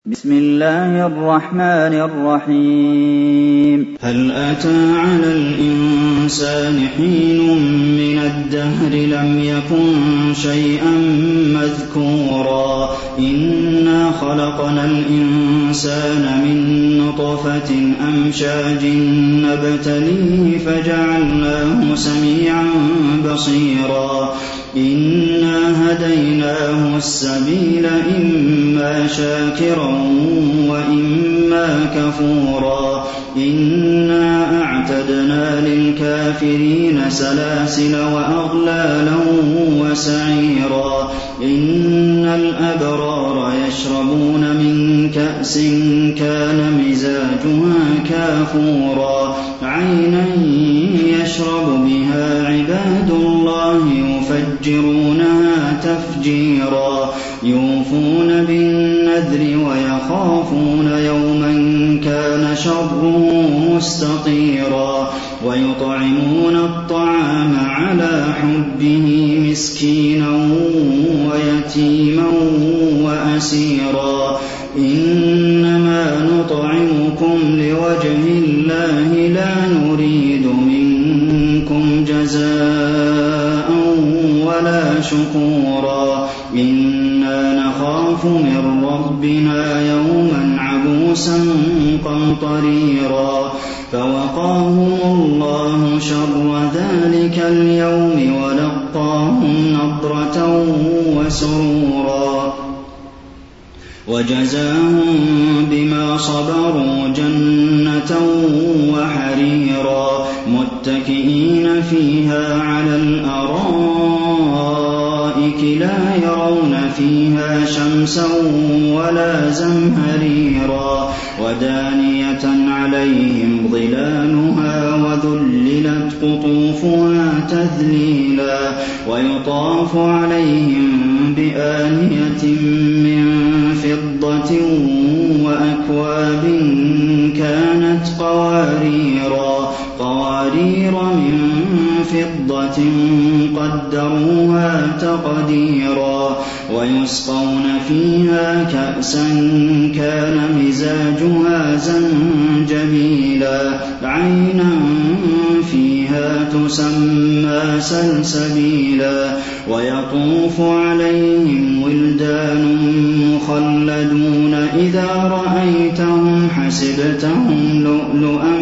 بسم الله الرحمن الرحيم. هل أتى على الإنسان حين من الدهر لم يكن شيئا مذكورا إنا خلقنا الإنسان من نطفة أمشاج نبتليه فجعلناه سميعا بصيرا إنا هديناه السبيل إما شاكرا وإما كفورا إنا أعتدنا للكافرين سلاسل وأغلالا وسعيرا إن الأبرار يشربون من كأس كان مزاجها كافورا عينا يشرب بها عباد الله يفجرونها تفجيرا يوفون بالنذر ويخافون يوما كان شره مستطيرا ويطعمون الطعام على حبه مسكينا ويتيما وأسيرا إنما نطعمكم لوجه الله لا نريد منكم جزاء ولا شكورا إنا نخاف من ربنا يوما عبوسا قمطريرا فوقاهم الله شر ذلك اليوم ولقاهم نضرة وسرورا وجزاهم بما صبروا جنة وحريرا متكئين فيها على الأرائك لا يرون فيها شمسا ولا زمهريرا ودانية عليهم ظلالها وذللت قطوفها تذليلا ويطاف عليهم بآنية من فضة وأكواب كانت قوارير من فضة قدروها تقديرا ويسقون فيها كأسا كان مزاجها زنجبيلا عينا فيها تسمى سلسبيلا ويطوف عليهم ولدان مخلدون إذا رأيتهم حسبتهم لؤلؤا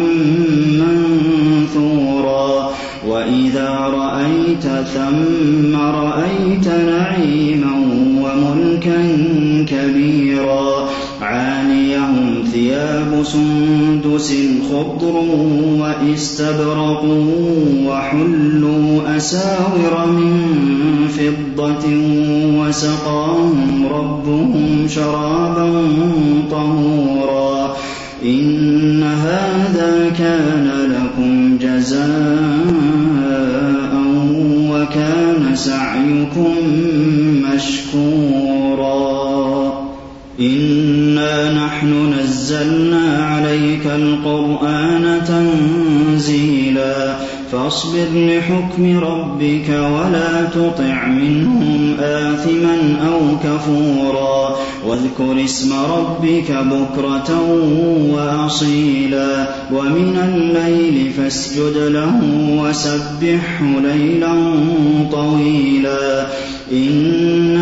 منثورا وإذا رأيت ثم رأيت نعيما وملكا كبيرا عاليهم ثياب سندس خضر واستبرق وحلوا أساور من فضة وسقاهم ربهم شرابا طهورا إن هذا كان لكم جزاء وكان سعيكم مشكورا إنا نحن نزلنا عليك القرآن تنزيلا فاصبر لحكم ربك ولا تطع منهم آثما أو كفورا واذكر اسم ربك بكرة وأصيلا ومن الليل فاسجد له وسبحه ليلا طويلا إن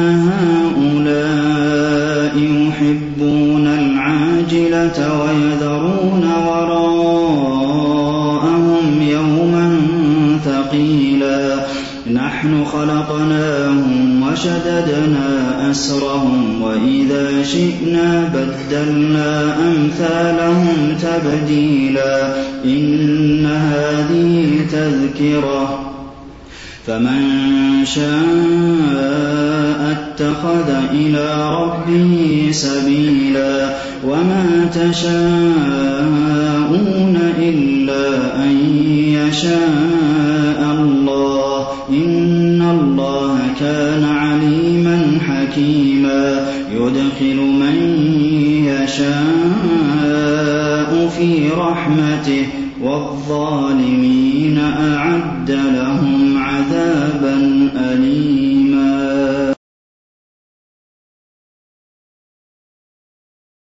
هؤلاء يحبون العاجلة ويذرون وراءهم يوما ثقيلا نحن خلقناهم وشددنا أسرهم وإذا شئنا بدلنا أمثالهم تبديلا إن هذه تذكرة فمن شاء اتخذ إلى ربه سبيلا وما تشاءون إلا أن يشاء الله إن الله كان عليما حكيما يدخل من يشاء في رحمته والظالمين أعد لهم عذابا أليما